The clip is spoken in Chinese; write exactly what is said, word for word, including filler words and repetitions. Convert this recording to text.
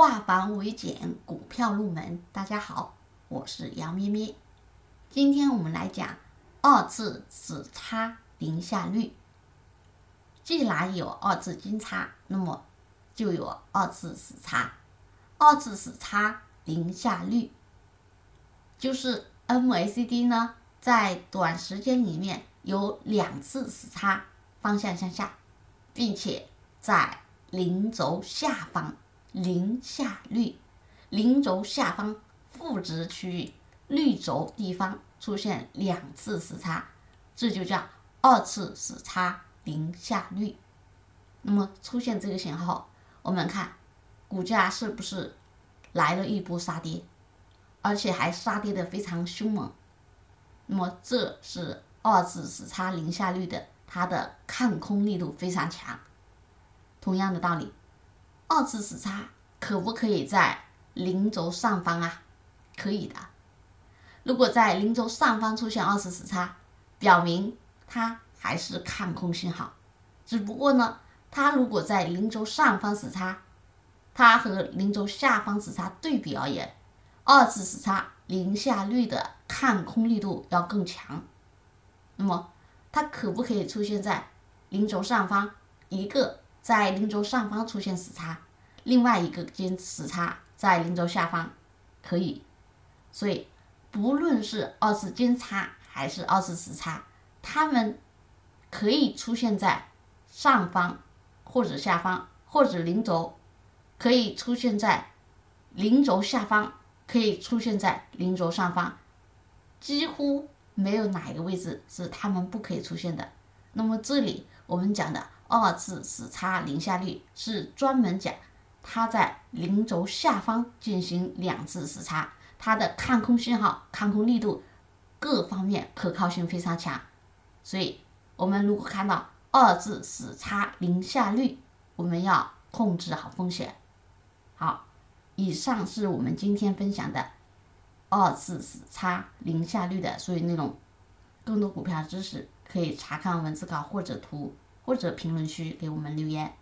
化繁为简，股票入门。大家好，我是杨咩咩。今天我们来讲二次死叉零下率。既然有二次金叉，那么就有二次死叉。二次死叉零下率就是 M A C D 呢，在短时间里面有两次死叉方向向下，并且在零轴下方零下率，零轴下方负值区域绿轴地方出现两次死叉，这就叫二次死叉零下率。那么出现这个信号，我们看股价是不是来了一波杀跌，而且还杀跌的非常凶猛。那么这是二次死叉零下率的，它的看空力度非常强。同样的道理，二次死叉可不可以在零轴上方啊？可以的。如果在零轴上方出现二次死叉，表明它还是看空信号。只不过呢，它如果在零轴上方死叉，它和零轴下方死叉对比而言，二次死叉零下率的看空力度要更强。那么它可不可以出现在零轴上方？一个在零轴上方出现死叉，另外一个间死叉在零轴下方，可以。所以不论是二次金叉还是二次死叉，它们可以出现在上方或者下方，或者零轴，可以出现在零轴下方，可以出现在零轴上方，几乎没有哪一个位置是它们不可以出现的。那么这里我们讲的二次死叉零下率是专门讲它在零轴下方进行两次死叉，它的看空信号、看空力度各方面可靠性非常强。所以我们如果看到二次死叉零下率，我们要控制好风险。好，以上是我们今天分享的二次死叉零下率的所有内容。更多股票知识可以查看文字稿或者图或者评论区给我们留言。